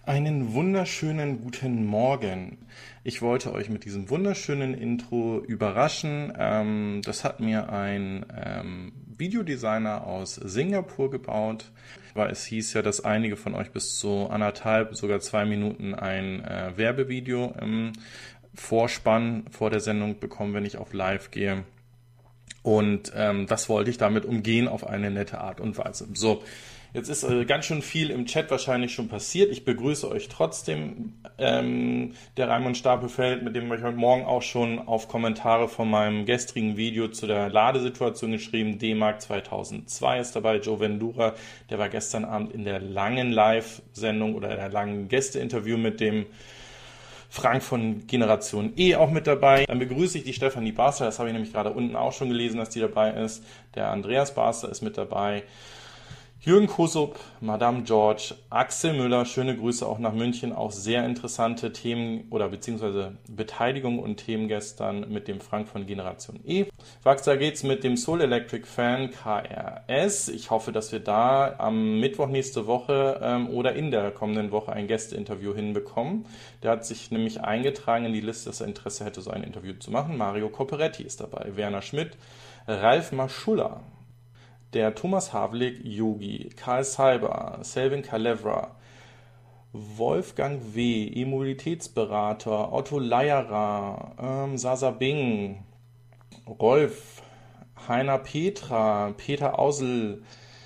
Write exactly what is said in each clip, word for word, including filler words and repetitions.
Einen wunderschönen guten Morgen. Ich wollte euch mit diesem wunderschönen Intro überraschen. Ähm, das hat mir ein ähm, Videodesigner aus Singapur gebaut, weil es hieß ja, dass einige von euch bis zu anderthalb, sogar zwei Minuten ein äh, Werbevideo im Vorspann vor der Sendung bekommen, wenn ich auf Live gehe. Und ähm, das wollte ich damit umgehen auf eine nette Art und Weise. So, jetzt ist äh, ganz schön viel im Chat wahrscheinlich schon passiert. Ich begrüße euch trotzdem. Ähm, der Raimund Stapelfeld, mit dem habe ich heute Morgen auch schon auf Kommentare von meinem gestrigen Video zu der Ladesituation geschrieben. D-Mark zweitausendzwei ist dabei. Joe Vendura, der war gestern Abend in der langen Live-Sendung oder in der langen Gästeinterview mit dem Frank von Generation E auch mit dabei. Dann begrüße ich die Stefanie Basler, das habe ich nämlich gerade unten auch schon gelesen, dass die dabei ist. Der Andreas Basler ist mit dabei. Jürgen Kosup, Madame George, Axel Müller, schöne Grüße auch nach München, auch sehr interessante Themen oder beziehungsweise Beteiligung und Themen gestern mit dem Frank von Generation E. Weiter geht's mit dem Soul Electric Fan K R S. Ich hoffe, dass wir da am Mittwoch nächste Woche ähm, oder in der kommenden Woche ein Gästeinterview hinbekommen. Der hat sich nämlich eingetragen in die Liste, dass er Interesse hätte, so ein Interview zu machen. Mario Copperetti ist dabei, Werner Schmidt, Ralf Maschulla, der Thomas Havlik, Yogi, Karl Seiber, Selvin Kalevra, Wolfgang W., E-Mobilitätsberater, Otto Leierer, ähm, Sasa Bing, Rolf, Heiner Petra, Peter Ausel,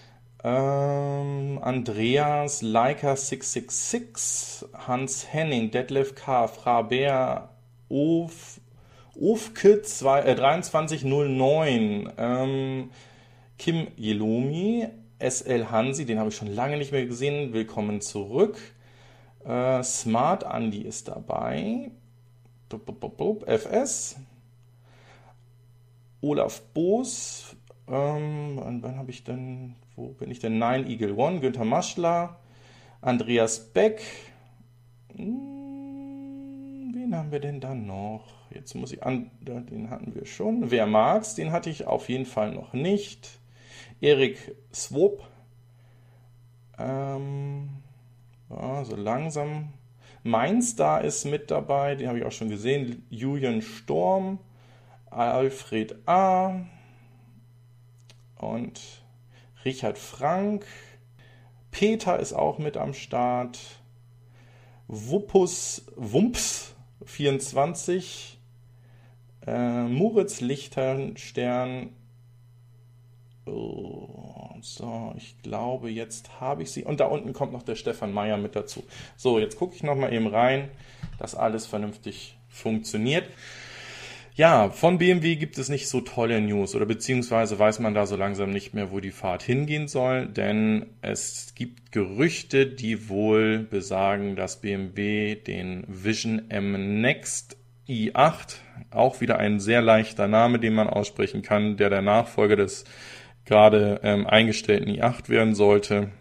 ähm, Andreas, Leica sechs sechs sechs, Hans Henning, Detlef K., Fraber, Of, Ofke äh, dreiundzwanzig null neun, ähm, Kim Yelomi, S L Hansi, den habe ich schon lange nicht mehr gesehen. Willkommen zurück. Äh, Smart Andy ist dabei. F S. Olaf Boos. Ähm, wann, wann habe ich denn, wo bin ich denn? Nine Eagle One. Günther Maschler. Andreas Beck. Hm, wen haben wir denn dann noch? Jetzt muss ich an, den hatten wir schon. Wer mag's? Den hatte ich auf jeden Fall noch nicht. Erik Swob, ähm, ja, so langsam. Mainstar ist mit dabei, den habe ich auch schon gesehen. Julian Storm, Alfred A. und Richard Frank. Peter ist auch mit am Start. Wuppus Wumps vierundzwanzig. Äh, Moritz Lichtenstern. So, ich glaube, jetzt habe ich sie. Und da unten kommt noch der Stefan Meyer mit dazu. So, jetzt gucke ich nochmal eben rein, dass alles vernünftig funktioniert. Ja, von B M W gibt es nicht so tolle News oder beziehungsweise weiß man da so langsam nicht mehr, wo die Fahrt hingehen soll, denn es gibt Gerüchte, die wohl besagen, dass B M W den Vision M Next i acht, auch wieder ein sehr leichter Name, den man aussprechen kann, der der Nachfolger des gerade ähm, eingestellten i acht werden sollte,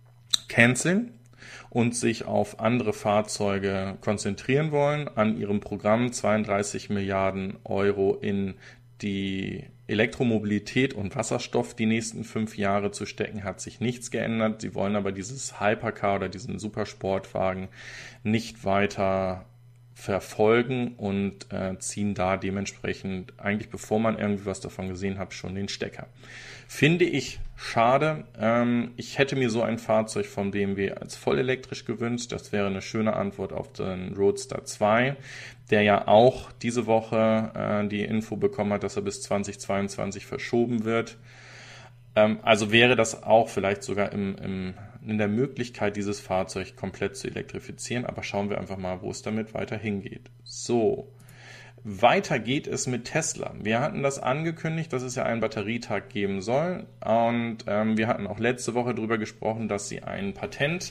canceln und sich auf andere Fahrzeuge konzentrieren wollen. An ihrem Programm zweiunddreißig Milliarden Euro in die Elektromobilität und Wasserstoff die nächsten fünf Jahre zu stecken, hat sich nichts geändert. Sie wollen aber dieses Hypercar oder diesen Supersportwagen nicht weiter verfolgen und äh, ziehen da dementsprechend, eigentlich bevor man irgendwie was davon gesehen hat, schon den Stecker. Finde ich schade. Ähm, ich hätte mir so ein Fahrzeug von B M W als vollelektrisch gewünscht. Das wäre eine schöne Antwort auf den Roadster zwei, der ja auch diese Woche äh, die Info bekommen hat, dass er bis zweitausendzweiundzwanzig verschoben wird. Ähm, also wäre das auch vielleicht sogar im, im in der Möglichkeit, dieses Fahrzeug komplett zu elektrifizieren, aber schauen wir einfach mal, wo es damit weiter hingeht. So, weiter geht es mit Tesla. Wir hatten das angekündigt, dass es ja einen Batterietag geben soll und ähm, wir hatten auch letzte Woche darüber gesprochen, dass sie ein Patent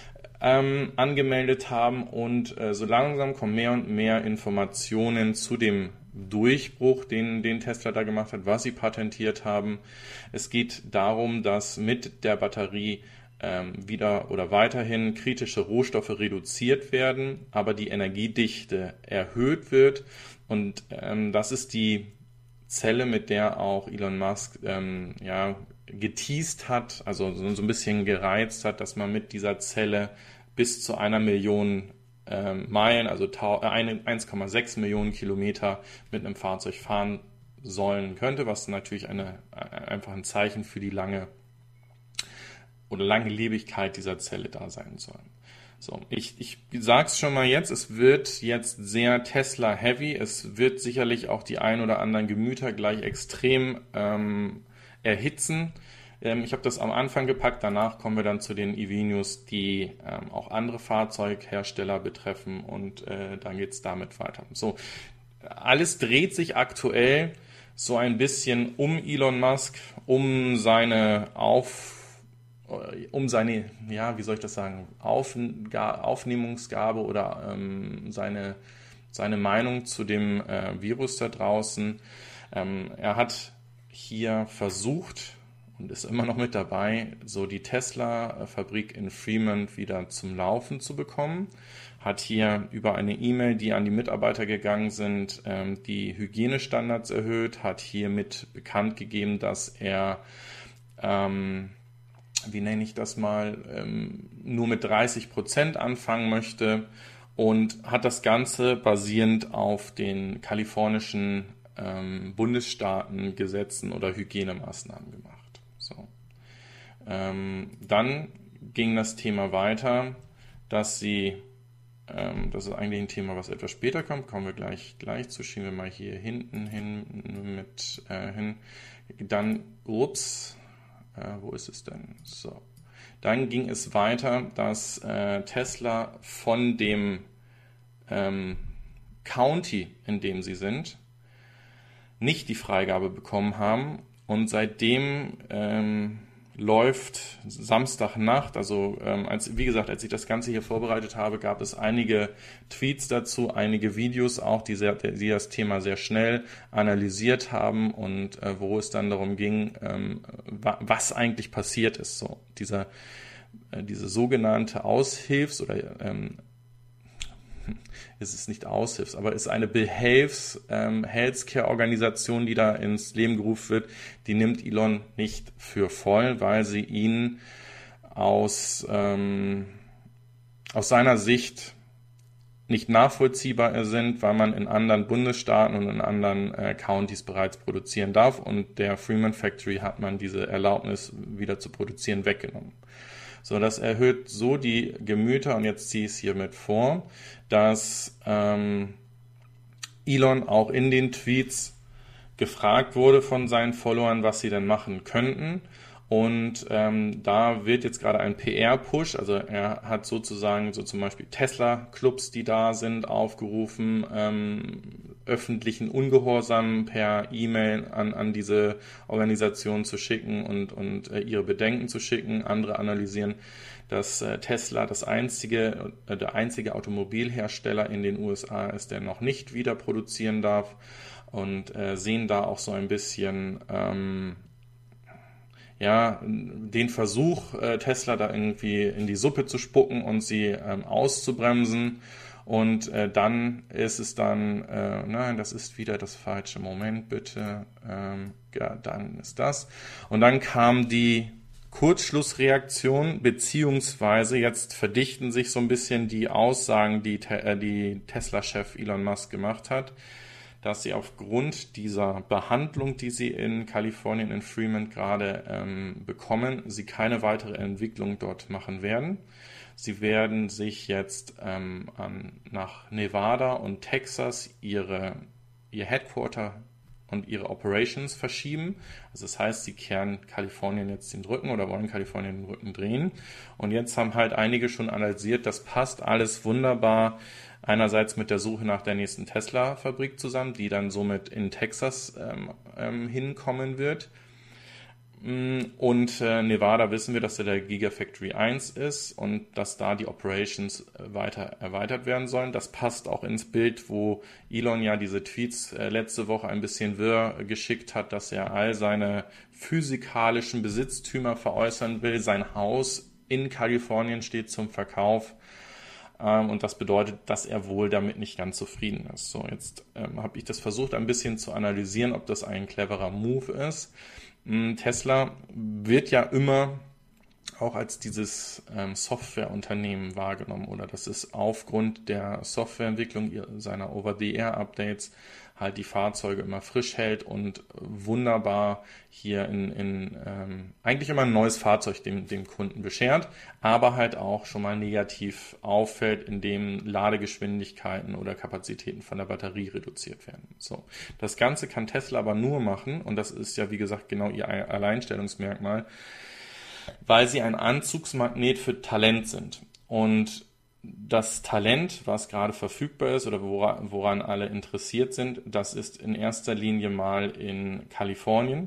ähm, angemeldet haben und äh, so langsam kommen mehr und mehr Informationen zu dem Durchbruch, den, den Tesla da gemacht hat, was sie patentiert haben. Es geht darum, dass mit der Batterie wieder oder weiterhin kritische Rohstoffe reduziert werden, aber die Energiedichte erhöht wird. Und ähm, das ist die Zelle, mit der auch Elon Musk ähm, ja, geteased hat, also so, so ein bisschen gereizt hat, dass man mit dieser Zelle bis zu einer Million ähm, Meilen, also eins Komma sechs Millionen Kilometer mit einem Fahrzeug fahren sollen könnte, was natürlich eine, einfach ein Zeichen für die lange oder lange Lebigkeit dieser Zelle da sein soll. So, ich, ich sage es schon mal jetzt, es wird jetzt sehr Tesla-heavy, es wird sicherlich auch die ein oder anderen Gemüter gleich extrem ähm, erhitzen. Ähm, ich habe das am Anfang gepackt, danach kommen wir dann zu den E V-News, die ähm, auch andere Fahrzeughersteller betreffen und äh, dann geht es damit weiter. So, alles dreht sich aktuell so ein bisschen um Elon Musk, um seine Auf um seine, ja, wie soll ich das sagen, Auf, Aufnehmungsgabe oder ähm, seine, seine Meinung zu dem äh, Virus da draußen. Ähm, er hat hier versucht und ist immer noch mit dabei, so die Tesla-Fabrik in Fremont wieder zum Laufen zu bekommen. Hat hier über eine E-Mail, die an die Mitarbeiter gegangen sind, ähm, die Hygienestandards erhöht, hat hiermit bekannt gegeben, dass er ähm, wie nenne ich das mal, ähm, nur mit dreißig Prozent anfangen möchte und hat das Ganze basierend auf den kalifornischen ähm, Bundesstaaten, Gesetzen oder Hygienemaßnahmen gemacht. So. Ähm, dann ging das Thema weiter, dass sie, ähm, das ist eigentlich ein Thema, was etwas später kommt, kommen wir gleich, gleich zu, schieben wir mal hier hinten hin mit äh, hin. Dann, ups, Äh, wo ist es denn? So. Dann ging es weiter, dass äh, Tesla von dem ähm, County, in dem sie sind, nicht die Freigabe bekommen haben. Und seitdem ähm, läuft Samstagnacht, also ähm, als, wie gesagt, als ich das Ganze hier vorbereitet habe, gab es einige Tweets dazu, einige Videos auch, die, sehr, die das Thema sehr schnell analysiert haben und äh, wo es dann darum ging, ähm, wa- was eigentlich passiert ist. So, dieser, äh, diese sogenannte Aushilfs- oder ähm, ist es nicht Aushilfs, aber ist eine Behelfs-Healthcare-Organisation, die da ins Leben gerufen wird, die nimmt Elon nicht für voll, weil sie ihn aus, ähm, aus seiner Sicht nicht nachvollziehbar sind, weil man in anderen Bundesstaaten und in anderen äh, Countys bereits produzieren darf und der Fremont Factory hat man diese Erlaubnis, wieder zu produzieren, weggenommen. So, das erhöht so die Gemüter und jetzt ziehe ich es hiermit vor, dass ähm, Elon auch in den Tweets gefragt wurde von seinen Followern, was sie denn machen könnten. Und ähm, da wird jetzt gerade ein P R-Push, also er hat sozusagen so zum Beispiel Tesla-Clubs, die da sind, aufgerufen, ähm, öffentlichen Ungehorsam per E-Mail an, an diese Organisation zu schicken und, und äh, ihre Bedenken zu schicken. Andere analysieren, dass äh, Tesla das einzige, äh, der einzige Automobilhersteller in den U S A ist, der noch nicht wieder produzieren darf und äh, sehen da auch so ein bisschen ähm, ja, den Versuch, äh, Tesla da irgendwie in die Suppe zu spucken und sie ähm, auszubremsen. Und äh, dann ist es dann, äh, nein, das ist wieder das falsche Moment, bitte. Ähm, ja, dann ist das. Und dann kam die Kurzschlussreaktion, beziehungsweise jetzt verdichten sich so ein bisschen die Aussagen, die, äh, die Tesla-Chef Elon Musk gemacht hat, dass sie aufgrund dieser Behandlung, die sie in Kalifornien, in Fremont gerade ähm, bekommen, sie keine weitere Entwicklung dort machen werden. Sie werden sich jetzt ähm, an, nach Nevada und Texas ihre, ihr Headquarter und ihre Operations verschieben. Also das heißt, sie kehren Kalifornien jetzt den Rücken oder wollen Kalifornien den Rücken drehen. Und jetzt haben halt einige schon analysiert, das passt alles wunderbar einerseits mit der Suche nach der nächsten Tesla-Fabrik zusammen, die dann somit in Texas ähm, ähm, hinkommen wird. Und äh, Nevada wissen wir, dass da der Gigafactory eins ist und dass da die Operations weiter erweitert werden sollen. Das passt auch ins Bild, wo Elon ja diese Tweets äh, letzte Woche ein bisschen wirr geschickt hat, dass er all seine physikalischen Besitztümer veräußern will. Sein Haus in Kalifornien steht zum Verkauf. Und das bedeutet, dass er wohl damit nicht ganz zufrieden ist. So, jetzt ähm, habe ich das versucht, ein bisschen zu analysieren, ob das ein cleverer Move ist. Tesla wird ja immer auch als dieses ähm, Softwareunternehmen wahrgenommen oder dass es aufgrund der Softwareentwicklung seiner Over-the-Air-Updates halt die Fahrzeuge immer frisch hält und wunderbar hier in, in ähm, eigentlich immer ein neues Fahrzeug dem, dem Kunden beschert, aber halt auch schon mal negativ auffällt, indem Ladegeschwindigkeiten oder Kapazitäten von der Batterie reduziert werden. So, das Ganze kann Tesla aber nur machen, und das ist ja wie gesagt genau ihr Alleinstellungsmerkmal, weil sie ein Anzugsmagnet für Talent sind. Und das Talent, was gerade verfügbar ist oder woran, woran alle interessiert sind, das ist in erster Linie mal in Kalifornien.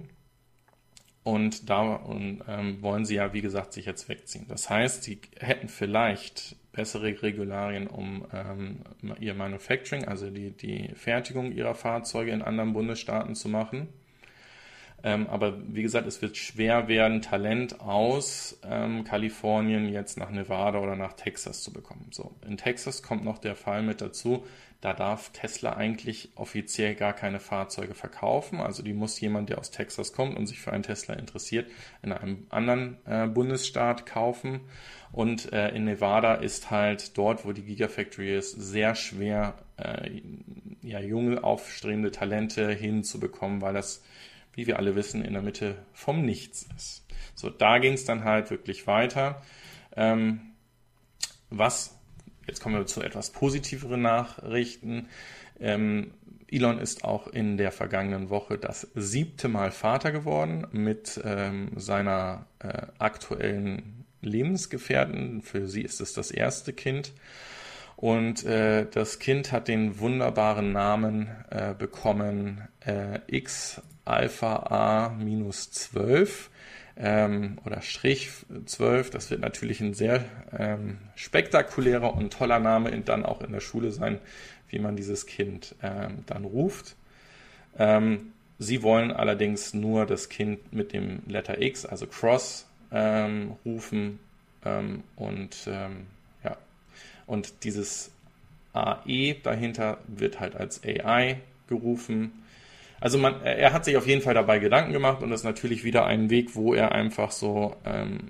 Und da und, ähm, wollen sie ja, wie gesagt, sich jetzt wegziehen. Das heißt, sie hätten vielleicht bessere Regularien, um ähm, ihr Manufacturing, also die, die Fertigung ihrer Fahrzeuge in anderen Bundesstaaten zu machen. Ähm, aber wie gesagt, es wird schwer werden, Talent aus ähm, Kalifornien jetzt nach Nevada oder nach Texas zu bekommen. So, in Texas kommt noch der Fall mit dazu, da darf Tesla eigentlich offiziell gar keine Fahrzeuge verkaufen. Also die muss jemand, der aus Texas kommt und sich für einen Tesla interessiert, in einem anderen äh, Bundesstaat kaufen. Und äh, in Nevada ist halt dort, wo die Gigafactory ist, sehr schwer, äh, ja, junge, aufstrebende Talente hinzubekommen, weil das, wie wir alle wissen, in der Mitte vom Nichts ist. So, da ging es dann halt wirklich weiter. Ähm, was, jetzt kommen wir zu etwas positiveren Nachrichten. Ähm, Elon ist auch in der vergangenen Woche das siebte Mal Vater geworden mit ähm, seiner äh, aktuellen Lebensgefährtin. Für sie ist es das erste Kind. Und äh, das Kind hat den wunderbaren Namen äh, bekommen äh, X Alpha A zwölf ähm, oder Strich zwölf. Das wird natürlich ein sehr ähm, spektakulärer und toller Name dann auch in der Schule sein, wie man dieses Kind ähm, dann ruft. Ähm, sie wollen allerdings nur das Kind mit dem Letter X, also Cross, ähm, rufen ähm, und ähm, ja, und dieses A E dahinter wird halt als A I gerufen. Also man, er hat sich auf jeden Fall dabei Gedanken gemacht und das ist natürlich wieder ein Weg, wo er einfach so ähm,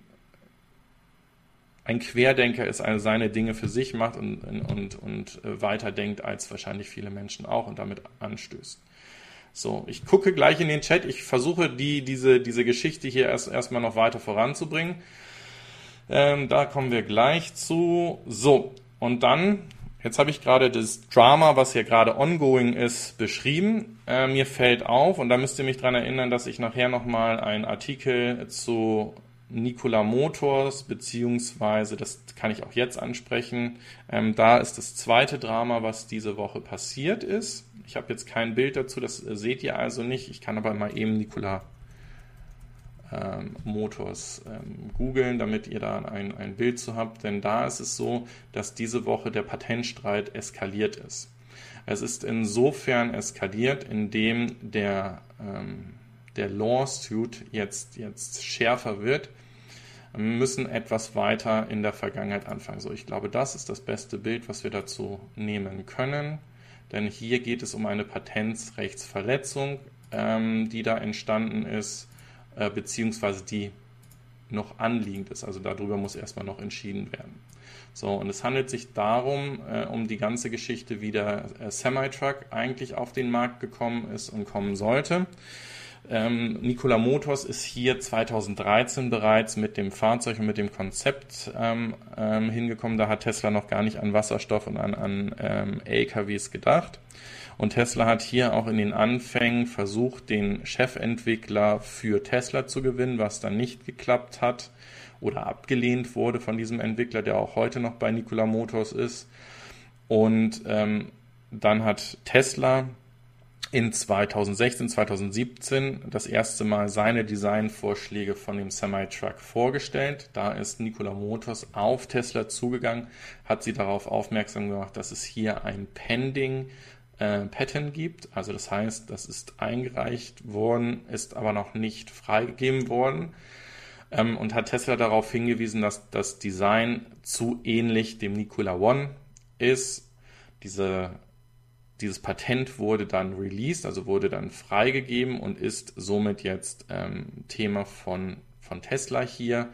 ein Querdenker ist, also seine Dinge für sich macht und, und, und weiterdenkt als wahrscheinlich viele Menschen auch und damit anstößt. So, ich gucke gleich in den Chat. Ich versuche die, diese, diese Geschichte hier erst erstmal noch weiter voranzubringen. Ähm, da kommen wir gleich zu. So, und dann, jetzt habe ich gerade das Drama, was hier gerade ongoing ist, beschrieben. Äh, mir fällt auf, und da müsst ihr mich dran erinnern, dass ich nachher nochmal einen Artikel zu Nikola Motors, beziehungsweise, das kann ich auch jetzt ansprechen, ähm, da ist das zweite Drama, was diese Woche passiert ist. Ich habe jetzt kein Bild dazu, das seht ihr also nicht. Ich kann aber mal eben Nikola ähm, Motors ähm, googeln, damit ihr da ein, ein Bild zu habt. Denn da ist es so, dass diese Woche der Patentstreit eskaliert ist. Es ist insofern eskaliert, indem der, ähm, der Lawsuit jetzt, jetzt schärfer wird. Wir müssen etwas weiter in der Vergangenheit anfangen. So, ich glaube, das ist das beste Bild, was wir dazu nehmen können. Denn hier geht es um eine Patentrechtsverletzung, ähm, die da entstanden ist, äh, beziehungsweise die noch anliegend ist. Also darüber muss erstmal noch entschieden werden. So, und es handelt sich darum, äh, um die ganze Geschichte, wie der äh, Semi-Truck eigentlich auf den Markt gekommen ist und kommen sollte. Ähm, Nikola Motors ist hier zweitausenddreizehn bereits mit dem Fahrzeug und mit dem Konzept ähm, ähm, hingekommen. Da hat Tesla noch gar nicht an Wasserstoff und an, an ähm, L K Ws gedacht. Und Tesla hat hier auch in den Anfängen versucht, den Chefentwickler für Tesla zu gewinnen, was dann nicht geklappt hat oder abgelehnt wurde von diesem Entwickler, der auch heute noch bei Nikola Motors ist. Und ähm, dann hat Tesla in zweitausendsechzehn, zweitausendsiebzehn das erste Mal seine Designvorschläge von dem Semi-Truck vorgestellt. Da ist Nikola Motors auf Tesla zugegangen, hat sie darauf aufmerksam gemacht, dass es hier ein Pending äh, Patent gibt. Also das heißt, das ist eingereicht worden, ist aber noch nicht freigegeben worden. Ähm, und hat Tesla darauf hingewiesen, dass das Design zu ähnlich dem Nikola One ist. Diese Dieses Patent wurde dann released, also wurde dann freigegeben und ist somit jetzt ähm, Thema von, von Tesla hier.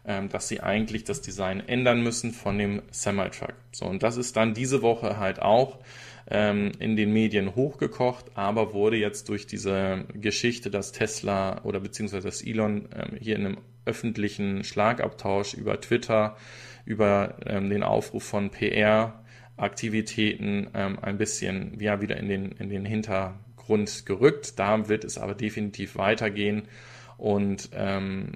ähm, dass sie eigentlich das Design ändern müssen von dem Semi-Truck. So, und das ist dann diese Woche halt auch ähm, in den Medien hochgekocht, aber wurde jetzt durch diese Geschichte, dass Tesla oder beziehungsweise dass Elon ähm, hier in einem öffentlichen Schlagabtausch über Twitter, über ähm, den Aufruf von P R-Aktivitäten ähm, ein bisschen ja, wieder in den, in den Hintergrund gerückt. Da wird es aber definitiv weitergehen und ähm,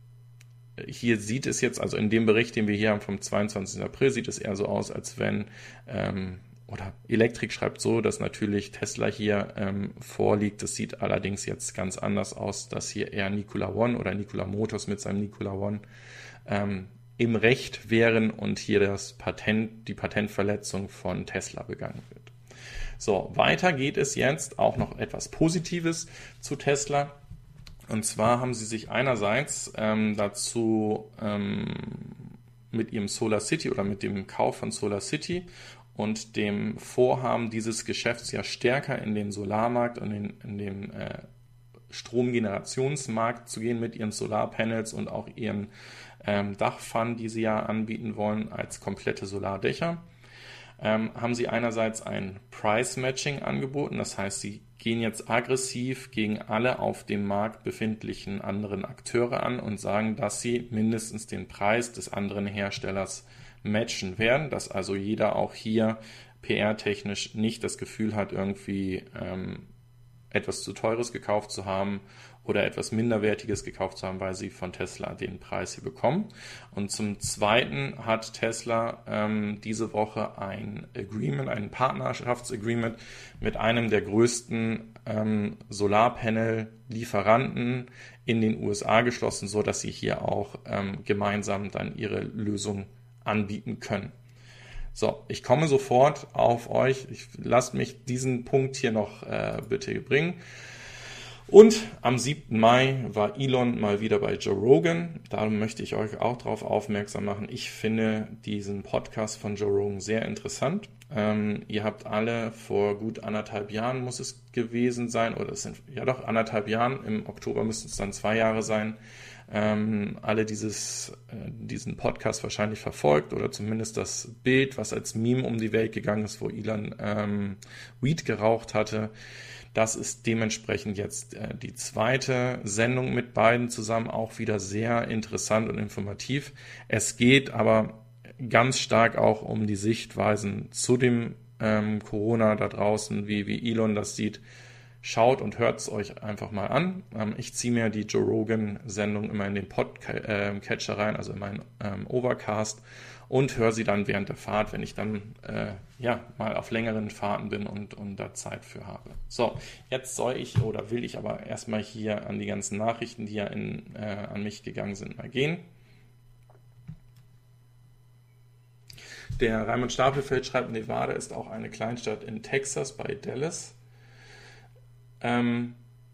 hier sieht es jetzt, also in dem Bericht, den wir hier haben vom zweiundzwanzigsten April, sieht es eher so aus, als wenn, ähm, oder Elektrik schreibt so, dass natürlich Tesla hier ähm, vorliegt. Das sieht allerdings jetzt ganz anders aus, dass hier eher Nikola One oder Nikola Motors mit seinem Nikola One ähm, im Recht wären und hier das Patent, die Patentverletzung von Tesla begangen wird. So, weiter geht es jetzt auch noch etwas Positives zu Tesla. Und zwar haben sie sich einerseits ähm, dazu ähm, mit ihrem Solar City oder mit dem Kauf von Solar City und dem Vorhaben, dieses Geschäftsjahr stärker in den Solarmarkt und in, in den äh, Stromgenerationsmarkt zu gehen mit ihren Solarpanels und auch ihren ähm, Dachpfannen, die sie ja anbieten wollen als komplette Solardächer. Ähm, haben sie einerseits ein Price-Matching angeboten, das heißt, sie gehen jetzt aggressiv gegen alle auf dem Markt befindlichen anderen Akteure an und sagen, dass sie mindestens den Preis des anderen Herstellers matchen werden, dass also jeder auch hier P R-technisch nicht das Gefühl hat, irgendwie ähm, etwas zu Teures gekauft zu haben oder etwas Minderwertiges gekauft zu haben, weil sie von Tesla den Preis hier bekommen. Und zum Zweiten hat Tesla ähm, diese Woche ein Agreement, ein Partnerschaftsagreement mit einem der größten ähm, Solarpanel-Lieferanten in den U S A geschlossen, so dass sie hier auch ähm, gemeinsam dann ihre Lösung anbieten können. So, ich komme sofort auf euch. Ich lasst mich diesen Punkt hier noch äh, bitte bringen. Und am siebten Mai war Elon mal wieder bei Joe Rogan. Da möchte ich euch auch darauf aufmerksam machen. Ich finde diesen Podcast von Joe Rogan sehr interessant. Ähm, ihr habt alle vor gut anderthalb Jahren, muss es gewesen sein, oder es sind ja doch anderthalb Jahren, im Oktober müssten es dann zwei Jahre sein, ähm, alle dieses, äh, diesen Podcast wahrscheinlich verfolgt oder zumindest das Bild, was als Meme um die Welt gegangen ist, wo Elon ähm, Weed geraucht hatte. Das ist dementsprechend jetzt äh, die zweite Sendung mit beiden zusammen, auch wieder sehr interessant und informativ. Es geht aber ganz stark auch um die Sichtweisen zu dem ähm, Corona da draußen, wie, wie Elon das sieht. Schaut und hört es euch einfach mal an. Ähm, ich ziehe mir die Joe Rogan-Sendung immer in den Podcatcher rein, also in meinen ähm, Overcast, und höre sie dann während der Fahrt, wenn ich dann äh, ja mal auf längeren Fahrten bin und, und da Zeit für habe. So, jetzt soll ich oder will ich aber erstmal hier an die ganzen Nachrichten, die ja in, äh, an mich gegangen sind, mal gehen. Der Raimund Stapelfeld schreibt, Nevada ist auch eine Kleinstadt in Texas bei Dallas. Ähm,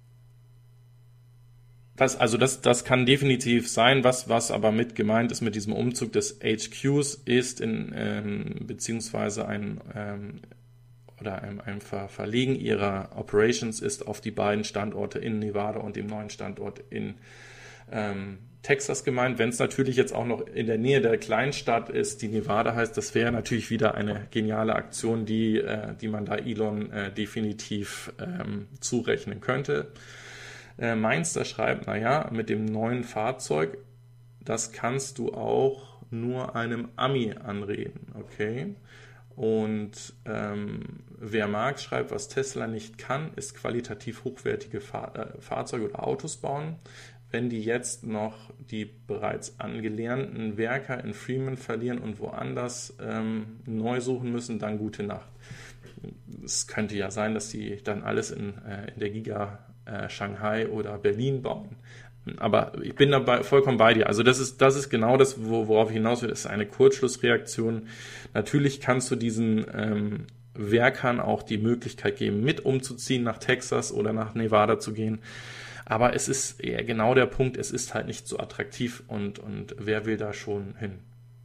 das, also das, das kann definitiv sein, was, was aber mit gemeint ist mit diesem Umzug des H Qs ist in, ähm, beziehungsweise ein, ähm, oder ein, ein Ver Verlegen ihrer Operations ist auf die beiden Standorte in Nevada und dem neuen Standort in ähm, Texas gemeint. Wenn es natürlich jetzt auch noch in der Nähe der Kleinstadt ist, die Nevada heißt, das wäre natürlich wieder eine geniale Aktion, die, äh, die man da Elon äh, definitiv ähm, zurechnen könnte. Äh, Mainster schreibt, naja, mit dem neuen Fahrzeug, das kannst du auch nur einem Ami anreden, okay? Und ähm, wer mag, schreibt, was Tesla nicht kann, ist qualitativ hochwertige Fahr- äh, Fahrzeuge oder Autos bauen. Wenn die jetzt noch die bereits angelernten Werker in Fremont verlieren und woanders ähm, neu suchen müssen, dann gute Nacht. Es könnte ja sein, dass die dann alles in, äh, in der Giga äh, Shanghai oder Berlin bauen. Aber ich bin dabei vollkommen bei dir. Also das ist, das ist genau das, worauf ich hinaus will. Das ist eine Kurzschlussreaktion. Natürlich kannst du diesen ähm, Werkern auch die Möglichkeit geben, mit umzuziehen nach Texas oder nach Nevada zu gehen. Aber es ist eher genau der Punkt, es ist halt nicht so attraktiv und, und wer will da schon hin?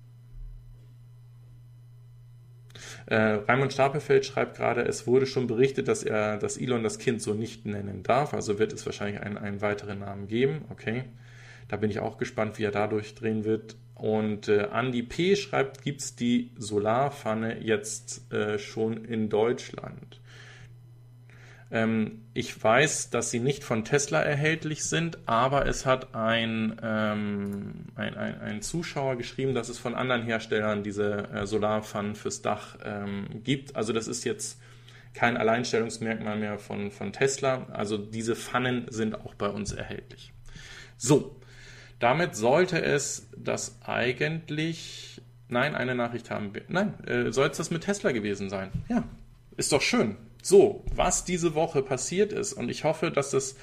Äh, Raimund Stapelfeld schreibt gerade, es wurde schon berichtet, dass er, dass Elon das Kind so nicht nennen darf, also wird es wahrscheinlich einen, einen weiteren Namen geben, okay. Da bin ich auch gespannt, wie er da durchdrehen wird. Und äh, Andi P. schreibt, gibt es die Solarpfanne jetzt äh, schon in Deutschland? Ähm, ich weiß, dass sie nicht von Tesla erhältlich sind, aber es hat ein, ähm, ein, ein, ein Zuschauer geschrieben, dass es von anderen Herstellern diese äh, Solarpfannen fürs Dach ähm, gibt. Also das ist jetzt kein Alleinstellungsmerkmal mehr von, von Tesla. Also diese Pfannen sind auch bei uns erhältlich. So, damit sollte es das eigentlich... Nein, eine Nachricht haben wir. Nein, äh, soll es das mit Tesla gewesen sein? Ja, ist doch schön. So, was diese Woche passiert ist, und ich hoffe, dass das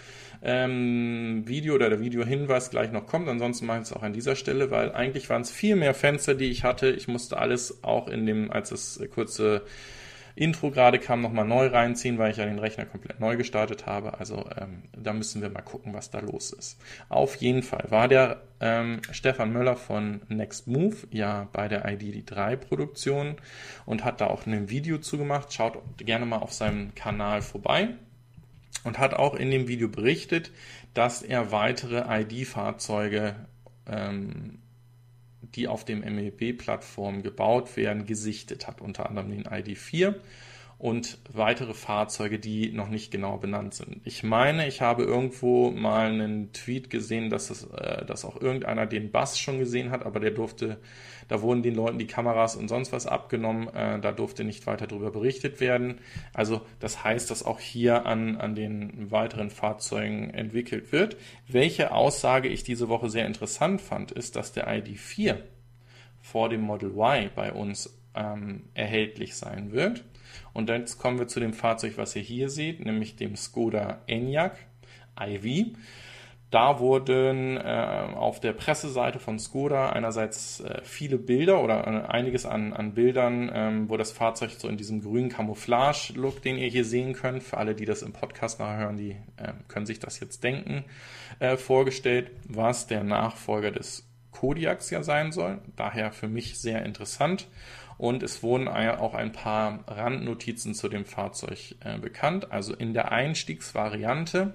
ähm, Video oder der Videohinweis gleich noch kommt, ansonsten mache ich es auch an dieser Stelle, weil eigentlich waren es viel mehr Fenster, die ich hatte. Ich musste alles auch in dem, als das kurze Intro gerade kam, nochmal neu reinziehen, weil ich ja den Rechner komplett neu gestartet habe. Also ähm, da müssen wir mal gucken, was da los ist. Auf jeden Fall war der ähm, Stefan Möller von Next Move ja bei der I D drei Produktion und hat da auch ein Video zugemacht. Schaut gerne mal auf seinem Kanal vorbei und hat auch in dem Video berichtet, dass er weitere I D-Fahrzeuge ähm, die auf dem M E B-Plattform gebaut werden, gesichtet hat, unter anderem den I D vier und weitere Fahrzeuge, die noch nicht genau benannt sind. Ich meine, ich habe irgendwo mal einen Tweet gesehen, dass, es, äh, dass auch irgendeiner den Bus schon gesehen hat, aber der durfte, da wurden den Leuten die Kameras und sonst was abgenommen, äh, da durfte nicht weiter darüber berichtet werden. Also das heißt, dass auch hier an, an den weiteren Fahrzeugen entwickelt wird. Welche Aussage ich diese Woche sehr interessant fand, ist, dass der I D vier vor dem Model Y bei uns ähm, erhältlich sein wird. Und jetzt kommen wir zu dem Fahrzeug, was ihr hier seht, nämlich dem Skoda Enyaq I V. Da wurden äh, auf der Presseseite von Skoda einerseits äh, viele Bilder oder äh, einiges an, an Bildern, ähm, wo das Fahrzeug so in diesem grünen Camouflage-Look, den ihr hier sehen könnt, für alle, die das im Podcast nachhören, die äh, können sich das jetzt denken, äh, vorgestellt, was der Nachfolger des Kodiaqs ja sein soll. Daher für mich sehr interessant. Und es wurden auch ein paar Randnotizen zu dem Fahrzeug äh, bekannt. Also in der Einstiegsvariante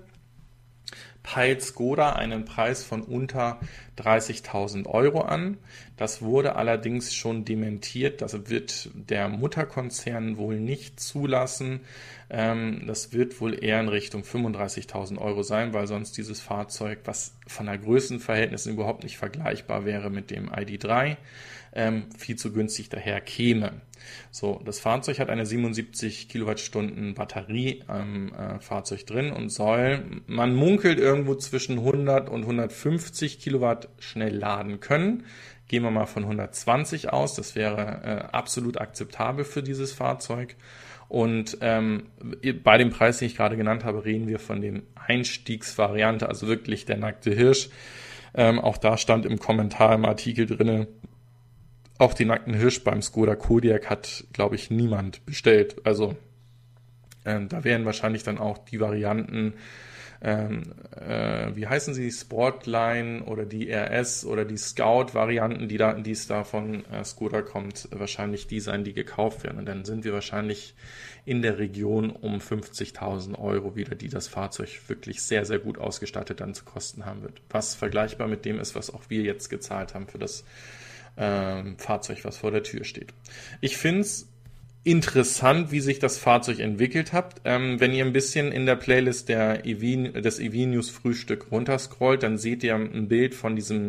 peilt Skoda einen Preis von unter dreißigtausend Euro an. Das wurde allerdings schon dementiert. Das wird der Mutterkonzern wohl nicht zulassen. Ähm, das wird wohl eher in Richtung fünfunddreißigtausend Euro sein, weil sonst dieses Fahrzeug, was von der Größenverhältnissen überhaupt nicht vergleichbar wäre mit dem I D drei, ähm, viel zu günstig daher käme. So, das Fahrzeug hat eine siebenundsiebzig Kilowattstunden Batterie am äh, Fahrzeug drin und soll, man munkelt, irgendwo zwischen hundert und hundertfünfzig Kilowatt schnell laden können. Gehen wir mal von hundertzwanzig aus, das wäre äh, absolut akzeptabel für dieses Fahrzeug. Und ähm, bei dem Preis, den ich gerade genannt habe, reden wir von dem Einstiegsvariante, also wirklich der nackte Hirsch. Ähm, auch da stand im Kommentar im Artikel drinne, auch die nackten Hirsch beim Skoda Kodiaq hat, glaube ich, niemand bestellt. Also ähm, da wären wahrscheinlich dann auch die Varianten, ähm, äh, wie heißen sie, Sportline oder die R S oder die Scout-Varianten, die da, die es da von äh, Skoda kommt, wahrscheinlich die sein, die gekauft werden. Und dann sind wir wahrscheinlich in der Region um fünfzigtausend Euro wieder, die das Fahrzeug wirklich sehr, sehr gut ausgestattet dann zu kosten haben wird. Was vergleichbar mit dem ist, was auch wir jetzt gezahlt haben für das Ähm, Fahrzeug, was vor der Tür steht. Ich finde es interessant, wie sich das Fahrzeug entwickelt hat. Ähm, wenn ihr ein bisschen in der Playlist der E V, des E V News Frühstück runterscrollt, dann seht ihr ein Bild von diesem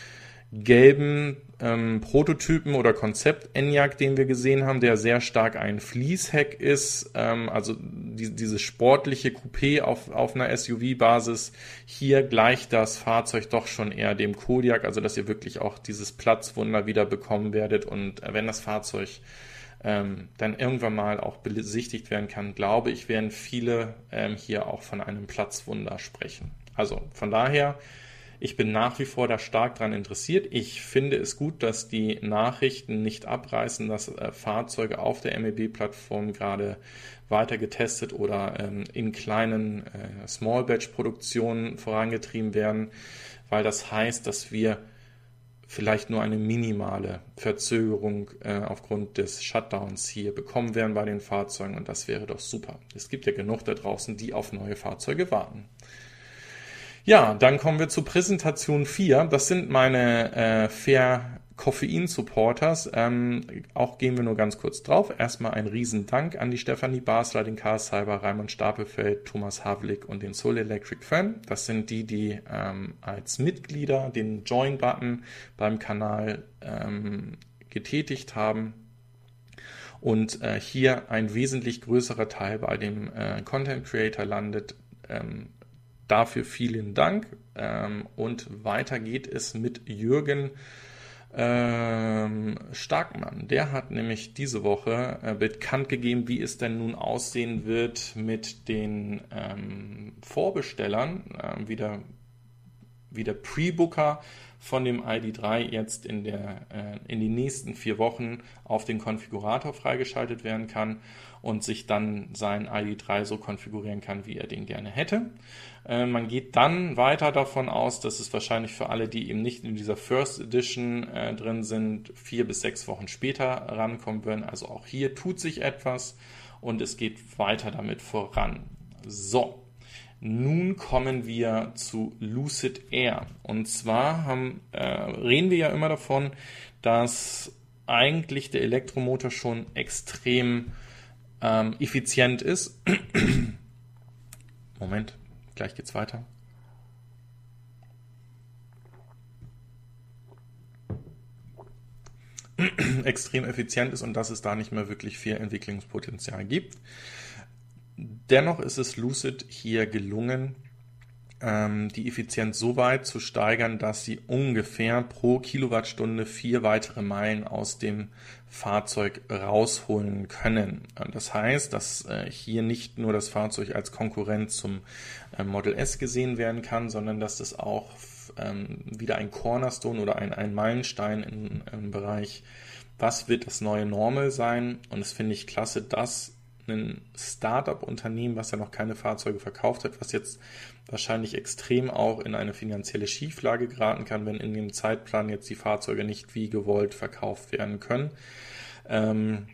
gelben ähm, Prototypen oder Konzept Enyaq, den wir gesehen haben, der sehr stark ein Fließheck ist, ähm, also die, dieses sportliche Coupé auf, auf einer S U V-Basis. Hier gleicht das Fahrzeug doch schon eher dem Kodiaq, also dass ihr wirklich auch dieses Platzwunder wieder bekommen werdet. Und äh, wenn das Fahrzeug ähm, dann irgendwann mal auch besichtigt werden kann, glaube ich, werden viele ähm, hier auch von einem Platzwunder sprechen. Also von daher, ich bin nach wie vor da stark dran interessiert. Ich finde es gut, dass die Nachrichten nicht abreißen, dass äh, Fahrzeuge auf der M E B-Plattform gerade weiter getestet oder ähm, in kleinen äh, Small-Batch-Produktionen vorangetrieben werden, weil das heißt, dass wir vielleicht nur eine minimale Verzögerung äh, aufgrund des Shutdowns hier bekommen werden bei den Fahrzeugen, und das wäre doch super. Es gibt ja genug da draußen, die auf neue Fahrzeuge warten. Ja, dann kommen wir zu Präsentation vier. Das sind meine äh, Fair Koffein Supporters. Ähm, auch gehen wir nur ganz kurz drauf. Erstmal ein Riesendank an die Stefanie Basler, den Karl Cyber, Raimund Stapelfeld, Thomas Havlik und den Soul Electric Fan. Das sind die, die ähm, als Mitglieder den Join-Button beim Kanal ähm, getätigt haben. Und äh, hier ein wesentlich größerer Teil bei dem äh, Content Creator landet. Ähm, dafür vielen Dank. Ähm, und weiter geht es mit Jürgen ähm, Starkmann. Der hat nämlich diese Woche äh, bekannt gegeben, wie es denn nun aussehen wird mit den ähm, Vorbestellern, äh, wie der, wie der Pre-Booker von dem I D drei jetzt in, der, äh, in den nächsten vier Wochen auf den Konfigurator freigeschaltet werden kann und sich dann sein I D drei so konfigurieren kann, wie er den gerne hätte. Äh, man geht dann weiter davon aus, dass es wahrscheinlich für alle, die eben nicht in dieser First Edition äh, drin sind, vier bis sechs Wochen später rankommen werden. Also auch hier tut sich etwas und es geht weiter damit voran. So. Nun kommen wir zu Lucid Air. Und zwar haben, äh, reden wir ja immer davon, dass eigentlich der Elektromotor schon extrem ähm, effizient ist. Moment, gleich geht's weiter. extrem effizient ist und dass es da nicht mehr wirklich viel Entwicklungspotenzial gibt. Dennoch ist es Lucid hier gelungen, ähm, die Effizienz so weit zu steigern, dass sie ungefähr pro Kilowattstunde vier weitere Meilen aus dem Fahrzeug rausholen können. Das heißt, dass äh, hier nicht nur das Fahrzeug als Konkurrent zum äh, Model S gesehen werden kann, sondern dass das auch ähm, wieder ein Cornerstone oder ein, ein Meilenstein im, im Bereich, was wird das neue Normal sein? Und das finde ich klasse, dass ein Startup-Unternehmen, was ja noch keine Fahrzeuge verkauft hat, was jetzt wahrscheinlich extrem auch in eine finanzielle Schieflage geraten kann, wenn in dem Zeitplan jetzt die Fahrzeuge nicht wie gewollt verkauft werden können, ähm,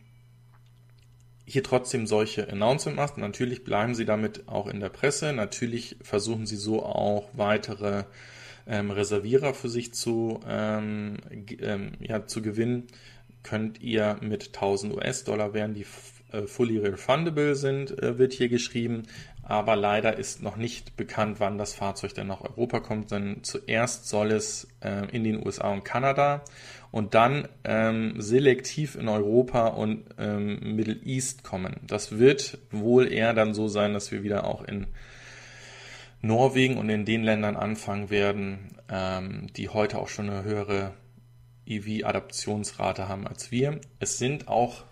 hier trotzdem solche Announcement macht. Und natürlich bleiben sie damit auch in der Presse. Natürlich versuchen sie so auch weitere ähm, Reservierer für sich zu, ähm, ähm, ja, zu gewinnen. Könnt ihr mit tausend US-Dollar werden die fully refundable sind, wird hier geschrieben, aber leider ist noch nicht bekannt, wann das Fahrzeug dann nach Europa kommt, denn zuerst soll es äh, in den U S A und Kanada und dann ähm, selektiv in Europa und ähm, Middle East kommen. Das wird wohl eher dann so sein, dass wir wieder auch in Norwegen und in den Ländern anfangen werden, ähm, die heute auch schon eine höhere E V-Adaptionsrate haben als wir. Es sind auch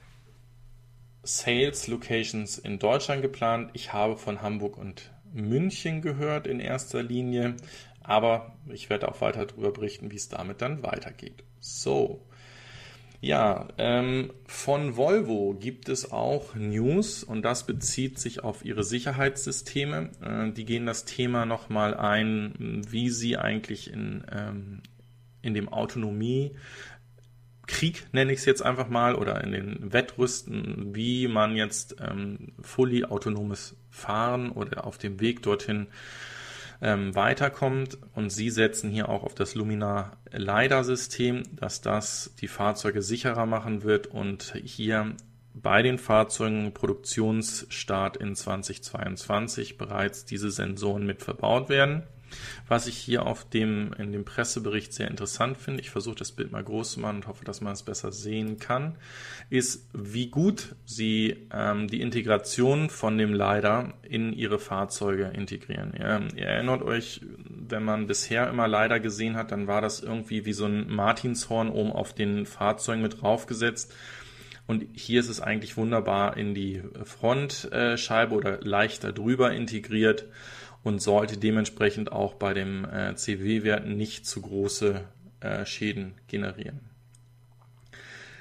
Sales Locations in Deutschland geplant. Ich habe von Hamburg und München gehört in erster Linie, aber ich werde auch weiter darüber berichten, wie es damit dann weitergeht. So, ja, ähm, von Volvo gibt es auch News und das bezieht sich auf ihre Sicherheitssysteme. Äh, die gehen das Thema nochmal ein, wie sie eigentlich in, ähm, in dem Autonomie Krieg nenne ich es jetzt einfach mal, oder in den Wettrüsten, wie man jetzt ähm, fully autonomes Fahren oder auf dem Weg dorthin ähm, weiterkommt. Und sie setzen hier auch auf das Luminar LiDAR-System, dass das die Fahrzeuge sicherer machen wird und hier bei den Fahrzeugen Produktionsstart in zweitausendzweiundzwanzig bereits diese Sensoren mit verbaut werden. Was ich hier auf dem, in dem Pressebericht sehr interessant finde, ich versuche das Bild mal groß zu machen und hoffe, dass man es besser sehen kann, ist, wie gut sie ähm, die Integration von dem LiDAR in ihre Fahrzeuge integrieren. Ja, ihr erinnert euch, wenn man bisher immer LiDAR gesehen hat, dann war das irgendwie wie so ein Martinshorn oben auf den Fahrzeugen mit draufgesetzt. Und hier ist es eigentlich wunderbar in die Frontscheibe oder leichter drüber integriert und sollte dementsprechend auch bei den äh, C W-Werten nicht zu große äh, Schäden generieren.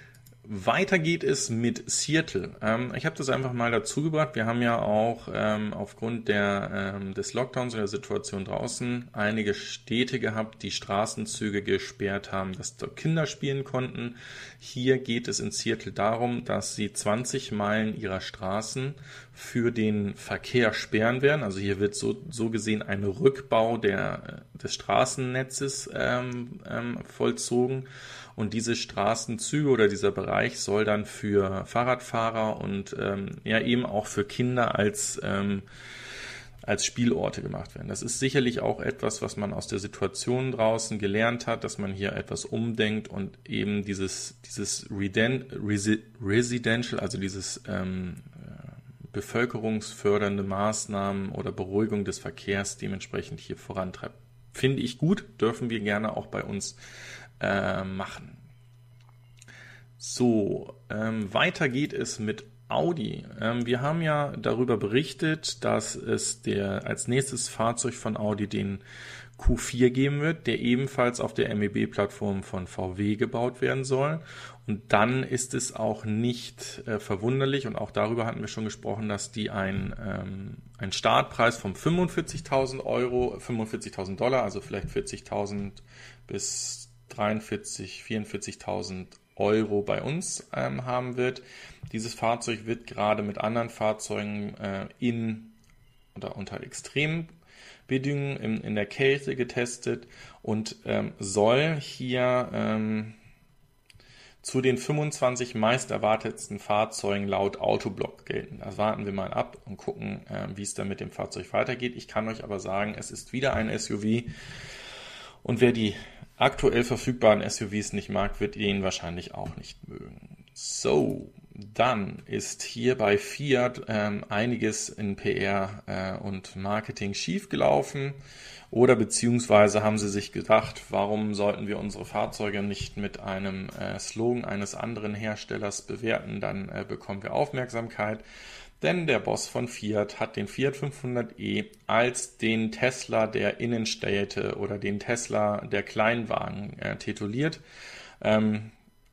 Weiter geht es mit Seattle. Ähm, ich habe das einfach mal dazu gebracht. Wir haben ja auch ähm, aufgrund der, ähm, des Lockdowns und der Situation draußen einige Städte gehabt, die Straßenzüge gesperrt haben, dass dort Kinder spielen konnten. Hier geht es in Seattle darum, dass sie zwanzig Meilen ihrer Straßen für den Verkehr sperren werden. Also hier wird so, so gesehen ein Rückbau der, des Straßennetzes ähm, ähm, vollzogen. Und diese Straßenzüge oder dieser Bereich soll dann für Fahrradfahrer und ähm, ja eben auch für Kinder als, ähm, als Spielorte gemacht werden. Das ist sicherlich auch etwas, was man aus der Situation draußen gelernt hat, dass man hier etwas umdenkt und eben dieses, dieses Reden, Resi, Residential, also dieses ähm, bevölkerungsfördernde Maßnahmen oder Beruhigung des Verkehrs dementsprechend hier vorantreibt. Finde ich gut, dürfen wir gerne auch bei uns äh, machen. So, ähm, weiter geht es mit Audi. Ähm, wir haben ja darüber berichtet, dass es der als nächstes Fahrzeug von Audi den Q vier geben wird, der ebenfalls auf der M E B-Plattform von V W gebaut werden soll. Und dann ist es auch nicht äh, verwunderlich, und auch darüber hatten wir schon gesprochen, dass die ein, ähm, einen Startpreis von fünfundvierzigtausend Euro, fünfundvierzigtausend Dollar, also vielleicht vierzigtausend bis dreiundvierzig, vierundvierzigtausend Euro bei uns ähm, haben wird. Dieses Fahrzeug wird gerade mit anderen Fahrzeugen äh, in oder unter Extrembedingungen in, in der Kälte getestet und ähm, soll hier ähm, zu den fünfundzwanzig meist erwartetsten Fahrzeugen laut Autoblock gelten. Das warten wir mal ab und gucken, äh, wie es dann mit dem Fahrzeug weitergeht. Ich kann euch aber sagen, es ist wieder ein S U V, und wer die aktuell verfügbaren S U Vs nicht mag, wird ihn wahrscheinlich auch nicht mögen. So, dann ist hier bei Fiat ähm, einiges in P R äh, und Marketing schiefgelaufen, oder beziehungsweise haben sie sich gedacht, warum sollten wir unsere Fahrzeuge nicht mit einem äh, Slogan eines anderen Herstellers bewerten, dann äh, bekommen wir Aufmerksamkeit. Denn der Boss von Fiat hat den Fiat fünfhundert e als den Tesla der Innenstädte oder den Tesla der Kleinwagen äh, tituliert. Ähm,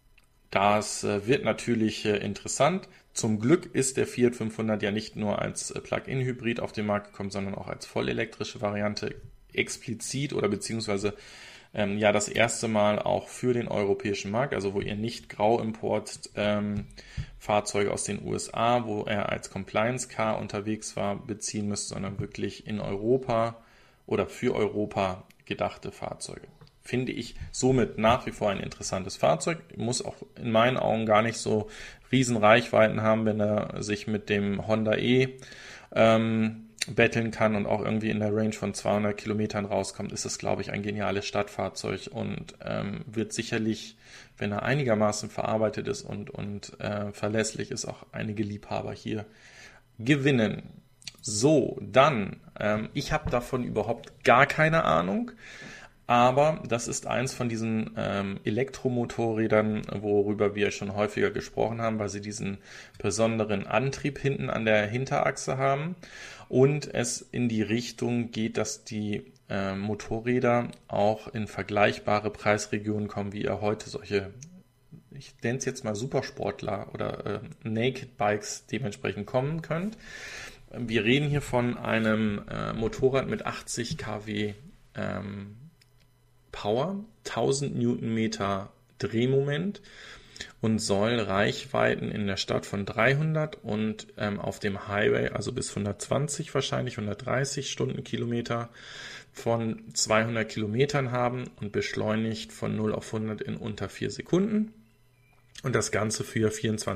das äh, wird natürlich äh, interessant. Zum Glück ist der Fiat fünfhundert ja nicht nur als äh, Plug-in-Hybrid auf den Markt gekommen, sondern auch als vollelektrische Variante explizit oder beziehungsweise ähm, ja das erste Mal auch für den europäischen Markt, also wo ihr nicht Grauimport ähm, Fahrzeuge aus den U S A, wo er als Compliance Car unterwegs war, beziehen müsst, sondern wirklich in Europa oder für Europa gedachte Fahrzeuge. Finde ich somit nach wie vor ein interessantes Fahrzeug. Muss auch in meinen Augen gar nicht so riesen Reichweiten haben, wenn er sich mit dem Honda E ähm, betteln kann und auch irgendwie in der Range von zweihundert Kilometern rauskommt, ist es, glaube ich, ein geniales Stadtfahrzeug und ähm, wird sicherlich, wenn er einigermaßen verarbeitet ist und, und äh, verlässlich ist, auch einige Liebhaber hier gewinnen. So, dann, ähm, ich habe davon überhaupt gar keine Ahnung, aber das ist eins von diesen ähm, Elektromotorrädern, worüber wir schon häufiger gesprochen haben, weil sie diesen besonderen Antrieb hinten an der Hinterachse haben und es in die Richtung geht, dass die äh, Motorräder auch in vergleichbare Preisregionen kommen, wie ihr heute solche, ich nenne es jetzt mal Supersportler oder äh, Naked Bikes dementsprechend kommen könnt. Wir reden hier von einem äh, Motorrad mit achtzig Kilowatt ähm, Power, tausend Newtonmeter Drehmoment und soll Reichweiten in der Stadt von dreihundert und ähm, auf dem Highway, also bis hundertzwanzig wahrscheinlich, hundertdreißig Stundenkilometer von zweihundert Kilometern haben und beschleunigt von null auf hundert in unter vier Sekunden. Und das Ganze für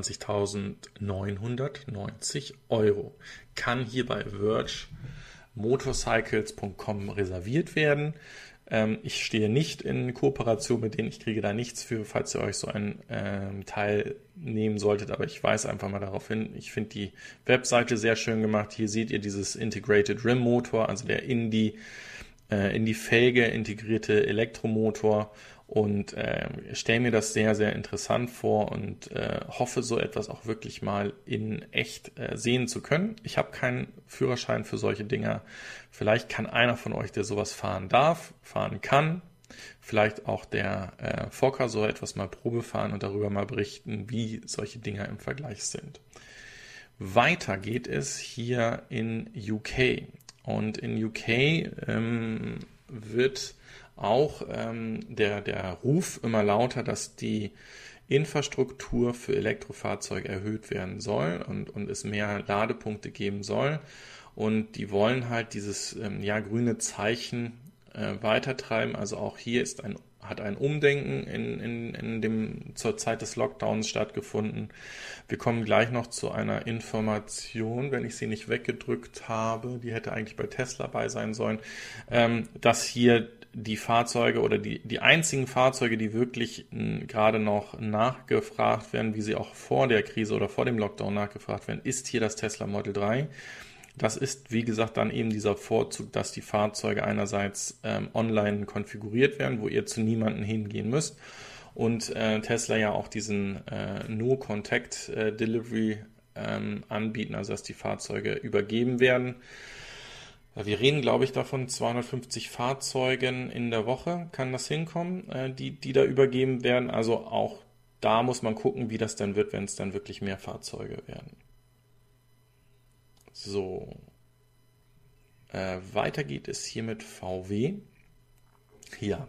vierundzwanzigtausendneunhundertneunzig Euro. Kann hier bei verge motorcycles punkt com reserviert werden. Ähm, ich stehe nicht in Kooperation mit denen, ich kriege da nichts für, falls ihr euch so ein ähm, Teil nehmen solltet, aber ich weise einfach mal darauf hin. Ich finde die Webseite sehr schön gemacht. Hier seht ihr dieses Integrated Rim Motor, also der in die, äh, in die Felge integrierte Elektromotor. Und äh, stelle mir das sehr, sehr interessant vor und äh, hoffe, so etwas auch wirklich mal in echt äh, sehen zu können. Ich habe keinen Führerschein für solche Dinger. Vielleicht kann einer von euch, der sowas fahren darf, fahren kann, vielleicht auch der äh, Fokker so etwas mal Probe fahren und darüber mal berichten, wie solche Dinger im Vergleich sind. Weiter geht es hier in U K. Und in U K ähm, wird auch ähm, der, der Ruf immer lauter, dass die Infrastruktur für Elektrofahrzeuge erhöht werden soll und, und es mehr Ladepunkte geben soll. Und die wollen halt dieses ähm, ja, grüne Zeichen äh, weitertreiben. Also auch hier ist ein, hat ein Umdenken in, in, in dem, zur Zeit des Lockdowns stattgefunden. Wir kommen gleich noch zu einer Information, wenn ich sie nicht weggedrückt habe, die hätte eigentlich bei Tesla bei sein sollen, ähm, dass hier die Fahrzeuge oder die, die einzigen Fahrzeuge, die wirklich m, gerade noch nachgefragt werden, wie sie auch vor der Krise oder vor dem Lockdown nachgefragt werden, ist hier das Tesla Model drei. Das ist, wie gesagt, dann eben dieser Vorzug, dass die Fahrzeuge einerseits ähm, online konfiguriert werden, wo ihr zu niemandem hingehen müsst und äh, Tesla ja auch diesen äh, No-Contact-Delivery ähm, anbieten, also dass die Fahrzeuge übergeben werden. Wir reden, glaube ich, davon zweihundertfünfzig Fahrzeugen in der Woche, kann das hinkommen, äh, die, die da übergeben werden. Also auch da muss man gucken, wie das dann wird, wenn es dann wirklich mehr Fahrzeuge werden. So, äh, weiter geht es hier mit V W. Ja,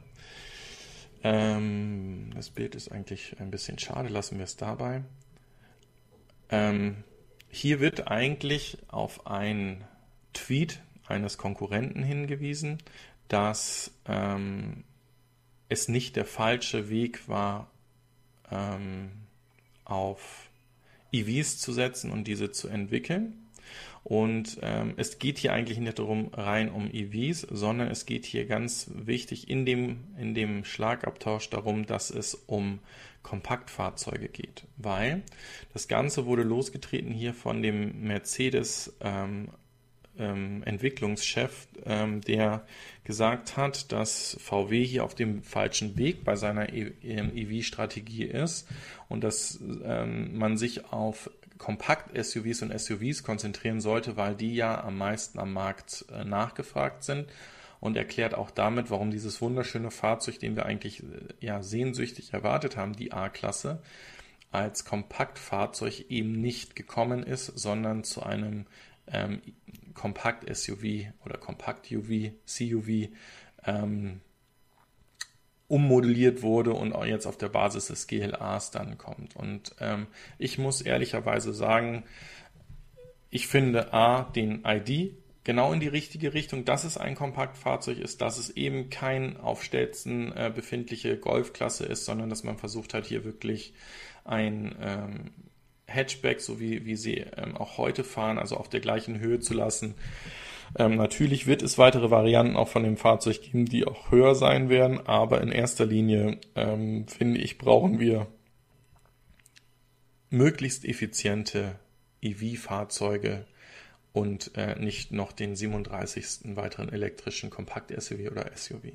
ähm, das Bild ist eigentlich ein bisschen schade, lassen wir es dabei. Ähm, hier wird eigentlich auf einen Tweet eines Konkurrenten hingewiesen, dass ähm, es nicht der falsche Weg war, ähm, auf E Vs zu setzen und diese zu entwickeln. Und ähm, es geht hier eigentlich nicht darum rein um E Vs, sondern es geht hier ganz wichtig in dem, in dem Schlagabtausch darum, dass es um Kompaktfahrzeuge geht. Weil das Ganze wurde losgetreten hier von dem Mercedes ähm, ähm, Entwicklungschef, ähm, der gesagt hat, dass V W hier auf dem falschen Weg bei seiner E V-Strategie ist und dass ähm, man sich auf Kompakt-S U Vs und S U Vs konzentrieren sollte, weil die ja am meisten am Markt äh, nachgefragt sind, und erklärt auch damit, warum dieses wunderschöne Fahrzeug, den wir eigentlich äh, ja sehnsüchtig erwartet haben, die A-Klasse, als Kompaktfahrzeug eben nicht gekommen ist, sondern zu einem ähm, Kompakt-S U V oder Kompakt-U V, C U V ähm, ummodelliert wurde und auch jetzt auf der Basis des G L As dann kommt. Und ähm, ich muss ehrlicherweise sagen, ich finde A, den I D genau in die richtige Richtung, dass es ein Kompaktfahrzeug ist, dass es eben kein auf Stelzen äh, befindliche Golfklasse ist, sondern dass man versucht hat, hier wirklich ein ähm, Hatchback, so wie, wie sie ähm, auch heute fahren, also auf der gleichen Höhe zu lassen. Ähm, natürlich wird es weitere Varianten auch von dem Fahrzeug geben, die auch höher sein werden, aber in erster Linie ähm, finde ich, brauchen wir möglichst effiziente E V-Fahrzeuge und äh, nicht noch den siebenunddreißigsten weiteren elektrischen Kompakt-S U V oder S U V.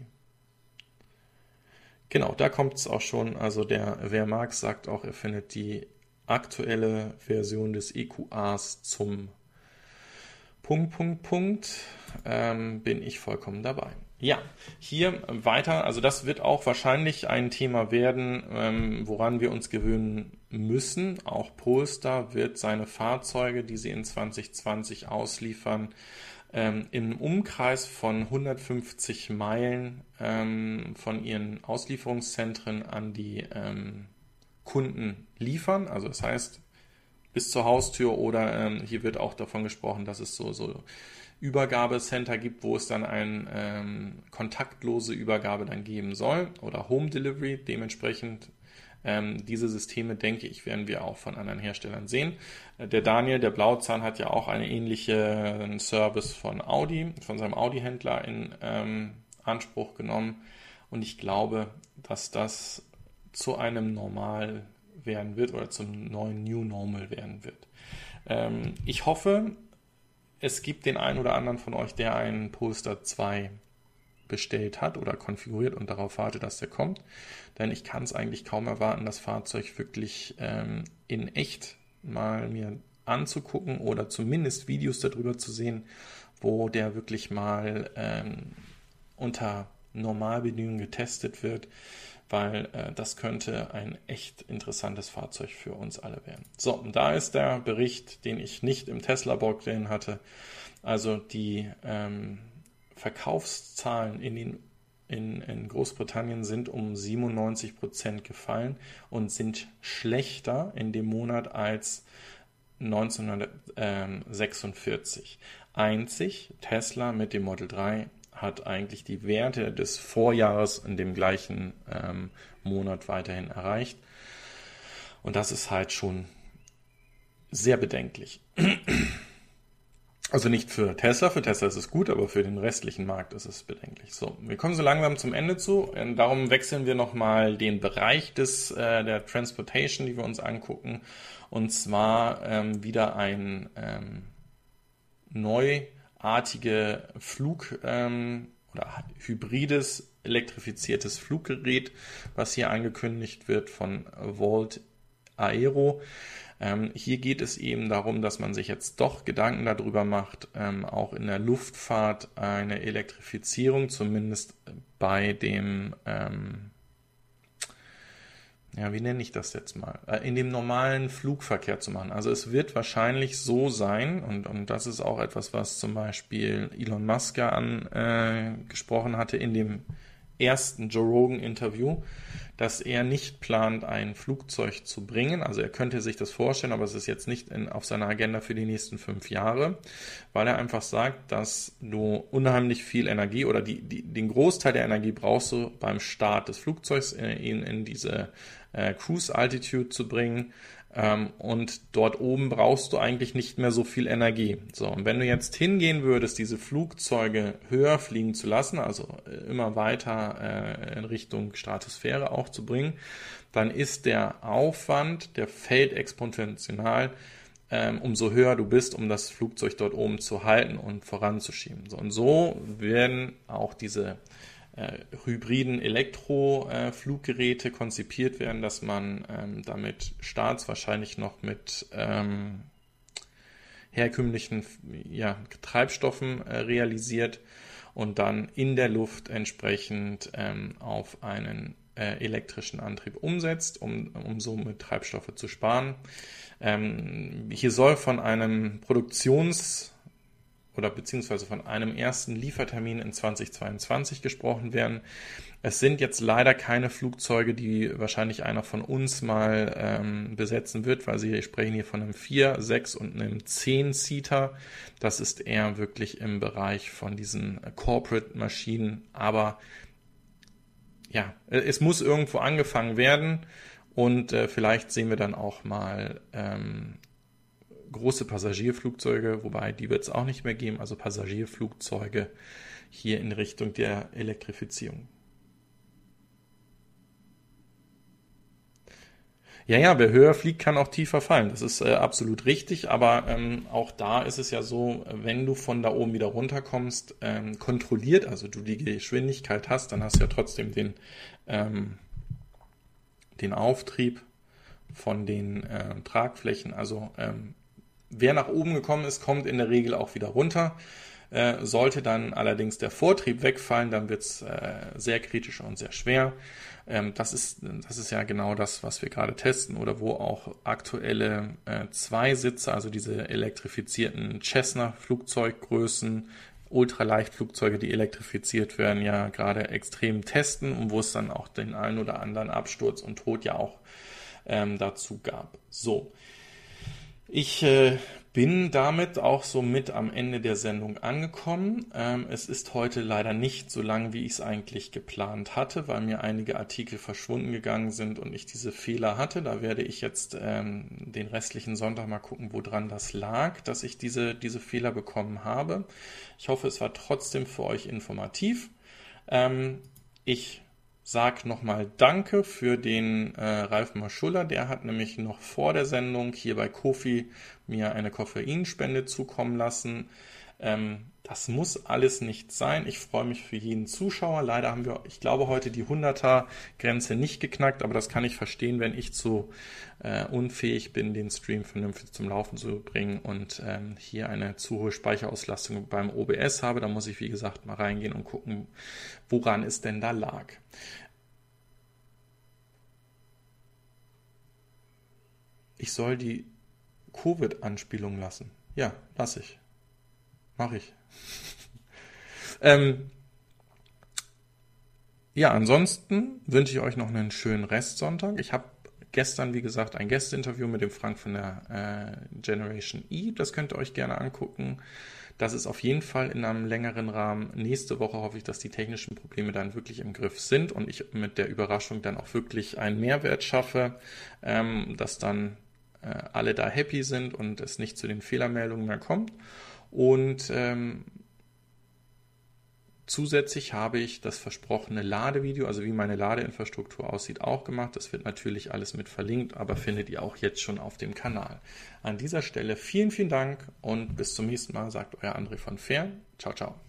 Genau, da kommt es auch schon. Also der Wer mag sagt auch, er findet die aktuelle Version des E Q As zum Punkt, Punkt, Punkt, ähm, bin ich vollkommen dabei. Ja, hier weiter, also das wird auch wahrscheinlich ein Thema werden, ähm, woran wir uns gewöhnen müssen. Auch Polestar wird seine Fahrzeuge, die sie in zwanzig zwanzig ausliefern, ähm, im Umkreis von hundertfünfzig Meilen ähm, von ihren Auslieferungszentren an die ähm, Kunden liefern. Also das heißt, bis zur Haustür, oder ähm, hier wird auch davon gesprochen, dass es so, so Übergabecenter gibt, wo es dann eine ähm, kontaktlose Übergabe dann geben soll oder Home Delivery. Dementsprechend ähm, diese Systeme, denke ich, werden wir auch von anderen Herstellern sehen. Äh, der Daniel, der Blauzahn, hat ja auch eine ähnliche Service von Audi, von seinem Audi-Händler in ähm, Anspruch genommen, und ich glaube, dass das zu einem Normal werden wird oder zum neuen New Normal werden wird. Ähm, ich hoffe, es gibt den einen oder anderen von euch, der einen Polestar zwei bestellt hat oder konfiguriert und darauf wartet, dass der kommt. Denn ich kann es eigentlich kaum erwarten, das Fahrzeug wirklich ähm, in echt mal mir anzugucken oder zumindest Videos darüber zu sehen, wo der wirklich mal ähm, unter Normalbedingungen getestet wird, weil äh, das könnte ein echt interessantes Fahrzeug für uns alle werden. So, und da ist der Bericht, den ich nicht im Tesla-Blog drin hatte. Also die ähm, Verkaufszahlen in, den, in, in Großbritannien sind um siebenundneunzig Prozent gefallen und sind schlechter in dem Monat als neunzehnhundertsechsundvierzig. Einzig Tesla mit dem Model drei hat eigentlich die Werte des Vorjahres in dem gleichen ähm, Monat weiterhin erreicht. Und das ist halt schon sehr bedenklich. Also nicht für Tesla, für Tesla ist es gut, aber für den restlichen Markt ist es bedenklich. So, wir kommen so langsam zum Ende zu. Und darum wechseln wir nochmal den Bereich des, äh, der Transportation, die wir uns angucken. Und zwar ähm, wieder ein ähm, neuartige Flug- ähm, oder hybrides, elektrifiziertes Fluggerät, was hier angekündigt wird von Volt Aero. Ähm, hier geht es eben darum, dass man sich jetzt doch Gedanken darüber macht, ähm, auch in der Luftfahrt eine Elektrifizierung, zumindest bei dem, ähm, ja, wie nenne ich das jetzt mal, äh, in dem normalen Flugverkehr zu machen. Also es wird wahrscheinlich so sein, und, und das ist auch etwas, was zum Beispiel Elon Musk ja angesprochen äh, hatte in dem ersten Joe Rogan-Interview, dass er nicht plant, ein Flugzeug zu bringen. Also er könnte sich das vorstellen, aber es ist jetzt nicht in, auf seiner Agenda für die nächsten fünf Jahre, weil er einfach sagt, dass du unheimlich viel Energie oder die, die, den Großteil der Energie brauchst du beim Start des Flugzeugs in, in diese äh, Cruise Altitude zu bringen. Und dort oben brauchst du eigentlich nicht mehr so viel Energie. So, und wenn du jetzt hingehen würdest, diese Flugzeuge höher fliegen zu lassen, also immer weiter äh, in Richtung Stratosphäre auch zu bringen, dann ist der Aufwand, der fällt exponentiell, ähm, umso höher du bist, um das Flugzeug dort oben zu halten und voranzuschieben. So, und so werden auch diese Äh, hybriden Elektrofluggeräte äh, konzipiert werden, dass man ähm, damit Starts wahrscheinlich noch mit ähm, herkömmlichen ja, Treibstoffen äh, realisiert und dann in der Luft entsprechend ähm, auf einen äh, elektrischen Antrieb umsetzt, um, um somit Treibstoffe zu sparen. Ähm, hier soll von einem Produktions- oder beziehungsweise von einem ersten Liefertermin in zweitausendzweiundzwanzig gesprochen werden. Es sind jetzt leider keine Flugzeuge, die wahrscheinlich einer von uns mal ähm, besetzen wird, weil sie sprechen hier von einem vier, sechs und einem zehn-Seater. Das ist eher wirklich im Bereich von diesen Corporate-Maschinen, aber ja, es muss irgendwo angefangen werden und äh, vielleicht sehen wir dann auch mal ähm, große Passagierflugzeuge, wobei die wird es auch nicht mehr geben, also Passagierflugzeuge hier in Richtung der Elektrifizierung. Ja, ja, wer höher fliegt, kann auch tiefer fallen. Das ist äh, absolut richtig, aber ähm, auch da ist es ja so, wenn du von da oben wieder runterkommst, ähm, kontrolliert, also du die Geschwindigkeit hast, dann hast du ja trotzdem den, ähm, den Auftrieb von den äh, Tragflächen, also ähm, wer nach oben gekommen ist, kommt in der Regel auch wieder runter. Äh, sollte dann allerdings der Vortrieb wegfallen, dann wird es äh, sehr kritisch und sehr schwer. Ähm, das ist, das ist ja genau das, was wir gerade testen oder wo auch aktuelle äh, Zweisitzer, also diese elektrifizierten Cessna-Flugzeuggrößen, Ultraleichtflugzeuge, die elektrifiziert werden, ja gerade extrem testen und wo es dann auch den einen oder anderen Absturz und Tod ja auch ähm, dazu gab. So. Ich äh, bin damit auch so mit am Ende der Sendung angekommen. Ähm, es ist heute leider nicht so lang, wie ich es eigentlich geplant hatte, weil mir einige Artikel verschwunden gegangen sind und ich diese Fehler hatte. Da werde ich jetzt ähm, den restlichen Sonntag mal gucken, woran das lag, dass ich diese, diese Fehler bekommen habe. Ich hoffe, es war trotzdem für euch informativ. Ähm, ich Sag nochmal Danke für den äh, Ralf Maschuller, der hat nämlich noch vor der Sendung hier bei Ko-fi mir eine Koffeinspende zukommen lassen. Ähm, das muss alles nicht sein. Ich freue mich für jeden Zuschauer. Leider haben wir, ich glaube, heute die hunderter-Grenze nicht geknackt, aber das kann ich verstehen, wenn ich zu äh, unfähig bin, den Stream vernünftig zum Laufen zu bringen und ähm, hier eine zu hohe Speicherauslastung beim O B S habe. Da muss ich, wie gesagt, mal reingehen und gucken, woran es denn da lag. Ich soll die Covid-Anspielung lassen. Ja, lasse ich. Mache ich. ähm, ja, ansonsten wünsche ich euch noch einen schönen Restsonntag. Ich habe gestern, wie gesagt, ein Gästeinterview mit dem Frank von der äh, Generation E. Das könnt ihr euch gerne angucken. Das ist auf jeden Fall in einem längeren Rahmen. Nächste Woche hoffe ich, dass die technischen Probleme dann wirklich im Griff sind und ich mit der Überraschung dann auch wirklich einen Mehrwert schaffe, ähm, dass dann äh, alle da happy sind und es nicht zu den Fehlermeldungen mehr kommt. Und ähm, zusätzlich habe ich das versprochene Ladevideo, also wie meine Ladeinfrastruktur aussieht, auch gemacht. Das wird natürlich alles mit verlinkt, aber findet ihr auch jetzt schon auf dem Kanal. An dieser Stelle vielen, vielen Dank und bis zum nächsten Mal, sagt euer André von Fern. Ciao, ciao.